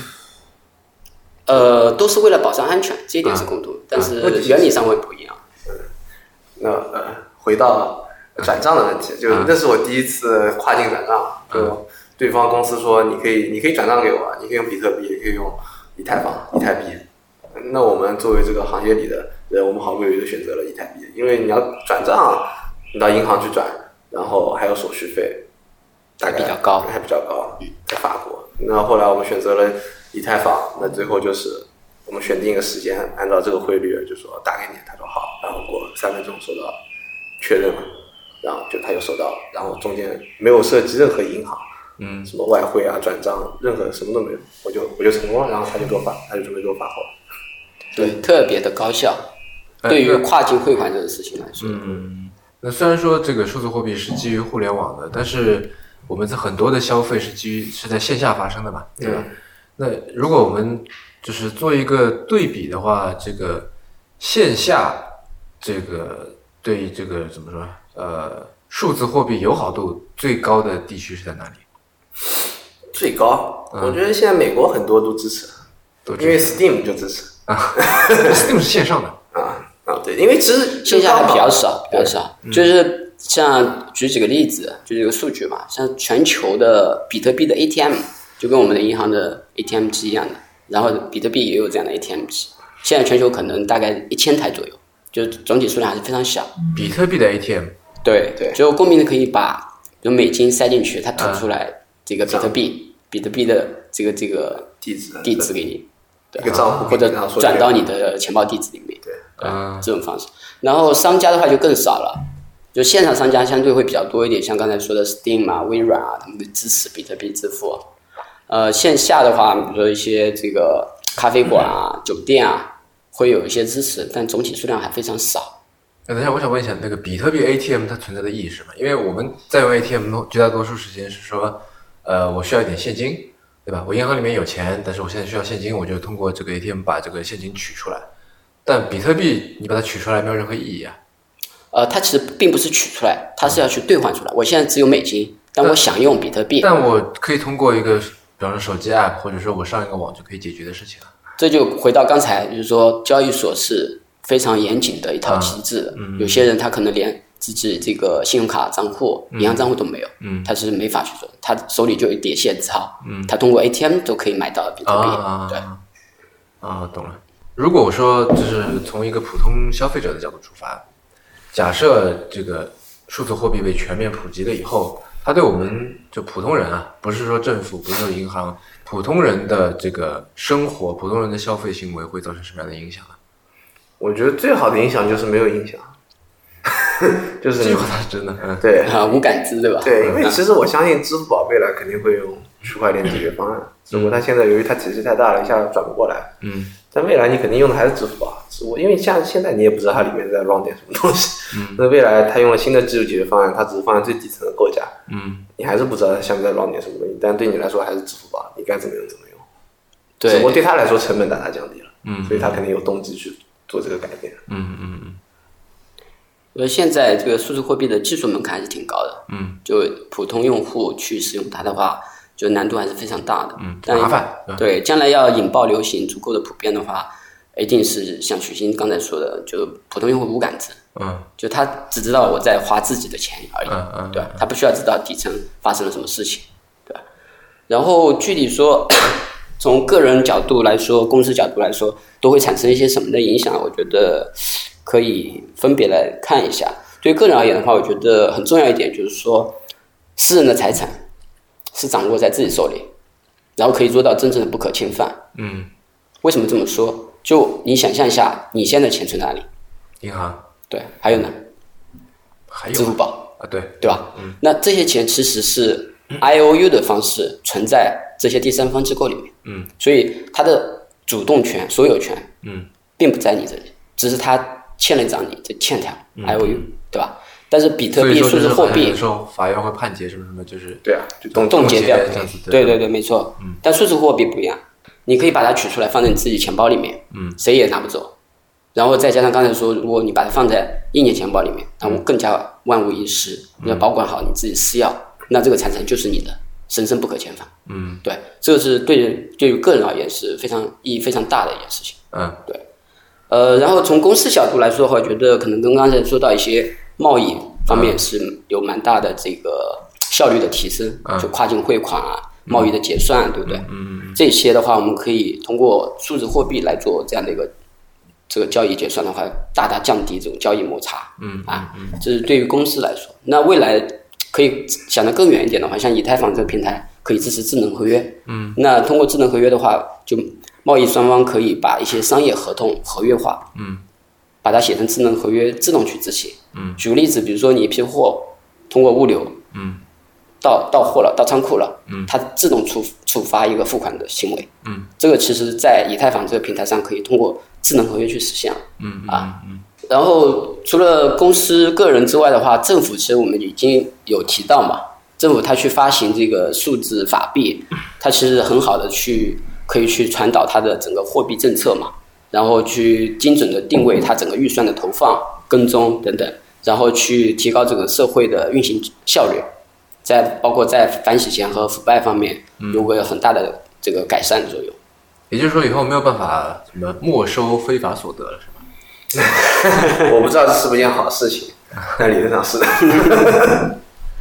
都是为了保障安全，这一点是共同，但是原理上会不一样。 那回到转账的问题，就是那是我第一次跨境转账，就对方公司说你可以转账给我，你可以用比特币，也可以用以太币。那我们作为这个行业里的人，我们毫不犹豫的选择了以太币，因为你要转账，你到银行去转，然后还有手续费，大概还比较高，在法国。那后来我们选择了以太坊，那最后就是我们选定一个时间，按照这个汇率就说打给你，他说好，然后过3分钟收到确认了，然后他就收到了，然后中间没有涉及任何银行，什么外汇啊转账，任何什么都没有，我就成功了，然后他就准备给我发货。 对，特别的高效。对于跨境汇款这个事情来说， 那虽然说这个数字货币是基于互联网的，但是我们在很多的消费是在线下发生的嘛，对吧？那如果我们就是做一个对比的话，这个线下这个对于这个怎么说数字货币友好度最高的地区是在哪里？ 最高，我觉得现在美国很多都支持，因为 Steam 就支持 Steam 是线上的对，因为其实线下还比较少，就是像举几个例子，就这个数据嘛，像全球的比特币的 ATM 就跟我们的银行的 ATM 机一样的，然后比特币也有这样的 ATM 机，现在全球可能大概1000台左右，就总体数量还是非常小。 比特币的 ATM， 对，就公民可以把比如美金塞进去，它吐出来这个比特币的这个地址给你， 一个账户或者转到你的钱包地址里面， 对， 这种方式。然后商家的话就更少了， 就线上商家相对会比较多一点，像刚才说的 Steam 啊、微软啊，他们会支持比特币支付。线下的话，比如说一些这个咖啡馆啊、酒店啊，会有一些支持，但总体数量还非常少。 等一下，我想问一下，那个比特币 ATM 它存在的意义是什么？因为我们在用 ATM 绝大多数时间是说，我需要一点现金，对吧？我银行里面有钱，但是我现在需要现金，我就通过这个 ATM 把这个现金取出来。但比特币你把它取出来没有任何意义啊。 它其实并不是取出来，它是要去兑换出来。我现在只有美金，但我想用比特币。 但我可以通过一个，比方说手机 app， 或者说我上一个网就可以解决的事情啊。 这就回到刚才，就是说交易所是非常严谨的一套机制的。有些人他可能连自己这个信用卡账户、银行账户都没有，他是没法去做，他手里就有点现钞，他通过 ATM 都可以买到比特币。对， 懂了。如果我说就是从一个普通消费者的角度出发，假设这个数字货币被全面普及了以后，它对我们就普通人啊，不是说政府，不是说银行，普通人的这个生活、普通人的消费行为会造成什么样的影响呢？ 我觉得最好的影响就是没有影响，就是这句话是真的， 对无感知，对吧？ 对，因为其实我相信支付宝未来肯定会用区块链解决方案，只不过它现在由于它体积太大了，一下转不过来。但未来你肯定用的还是支付宝，只不过因为像现在你也不知道它里面在 run 点什么东西。那未来它用了新的技术解决方案，它只是放在最底层的构架。你还是不知道它下面在 run 点什么东西，但对你来说还是支付宝，你该怎么用怎么用。 对， 只不过对他来说成本大大降低了，所以他肯定有动机去做这个改变。 现在这个数字货币的技术门槛还是挺高的。就普通用户去使用它的话，就难度还是非常大的。但麻烦。 对，将来要引爆流行、足够的普遍的话，一定是像许昕刚才说的，就普通用户无感知。就他只知道我在花自己的钱而已。对，他不需要知道底层发生了什么事情。对，然后具体说，从个人角度来说，公司角度来说，都会产生一些什么的影响？我觉得可以分别来看一下。对于个人而言的话，我觉得很重要一点就是说，私人的财产是掌握在自己手里，然后可以做到真正的不可侵犯。为什么这么说？就你想象一下，你现在钱存哪里？ 银行。 对，还有呢？ 还有支付宝啊，对吧？那这些钱其实是 IOU 的方式存在这些第三方机构里面。所以它的主动权、所有权，并不在你这里，只是他欠了一张你的欠条 IOU，对吧？但是比特币、数字货币， 有时候法院会判决什么什么，就是对啊，就冻结掉这样子。 对，没错。但数字货币不一样，你可以把它取出来放在你自己钱包里面，谁也拿不走。然后再加上刚才说，如果你把它放在1年钱包里面，那我更加万无一失，你要保管好你自己私钥，那这个财产就是你的，神圣不可侵犯。对，这个是对于个人而言是意义非常大的一件事情。对，然后从公司角度来说的话，我觉得可能跟刚才说到一些贸易方面是有蛮大的这个效率的提升，就跨境汇款啊、贸易的结算，对不对？这些的话，我们可以通过数字货币来做这样的一个这个交易结算的话，大大降低这种交易摩擦。这是对于公司来说。那未来可以想得更远一点的话，像以太坊这个平台可以支持智能合约。那通过智能合约的话，就贸易双方可以把一些商业合同合约化。把它写成智能合约，自动去执行。举个例子，比如说你一批货通过物流，到货了，到仓库了，它自动触发一个付款的行为。这个其实在以太坊这个平台上可以通过智能合约去实现。然后除了公司个人之外的话，政府其实我们已经有提到嘛，政府它去发行这个数字法币，它其实很好的可以去传导它的整个货币政策嘛，然后去精准的定位它整个预算的投放、跟踪等等，然后去提高这个社会的运行效率，包括在反洗钱和腐败方面有个很大的这个改善作用。 也就是说，以后没有办法什么没收非法所得了，是吗？ 我不知道这是不是一件好事情，但理论上是的。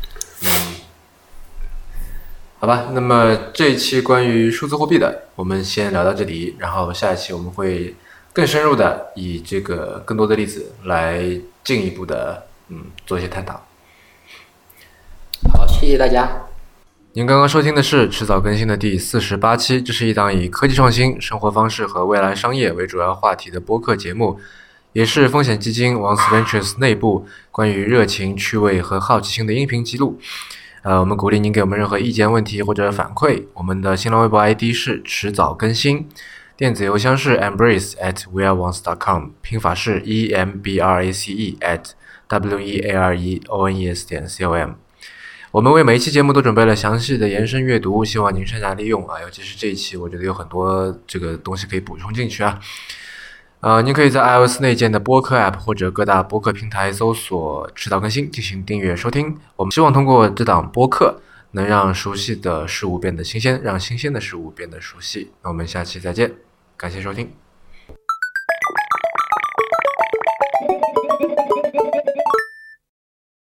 好吧，那么这一期关于数字货币的，我们先聊到这里，然后下一期我们会更深入的以这个更多的例子来进一步的做一些探讨。 好，谢谢大家。 您刚刚收听的是迟早更新的第48期，这是一档以科技创新、生活方式和未来商业为主要话题的播客节目， 也是风险基金 Once Ventures 内部关于热情、趣味和好奇心的音频记录。我们鼓励您给我们任何意见、问题或者反馈。我们的新浪微博 ID 是迟早更新，电子邮箱是 embrace@weareones.com， 拼法是 embrace@weareones.com。我们为每一期节目都准备了详细的延伸阅读，希望您善加利用啊！尤其是这一期，我觉得有很多这个东西可以补充进去啊。您可以在 iOS 内建的播客 App 或者各大播客平台搜索迟早更新进行订阅收听。我们希望通过这档播客能让熟悉的事物变得新鲜，让新鲜的事物变得熟悉。那我们下期再见，感谢收听。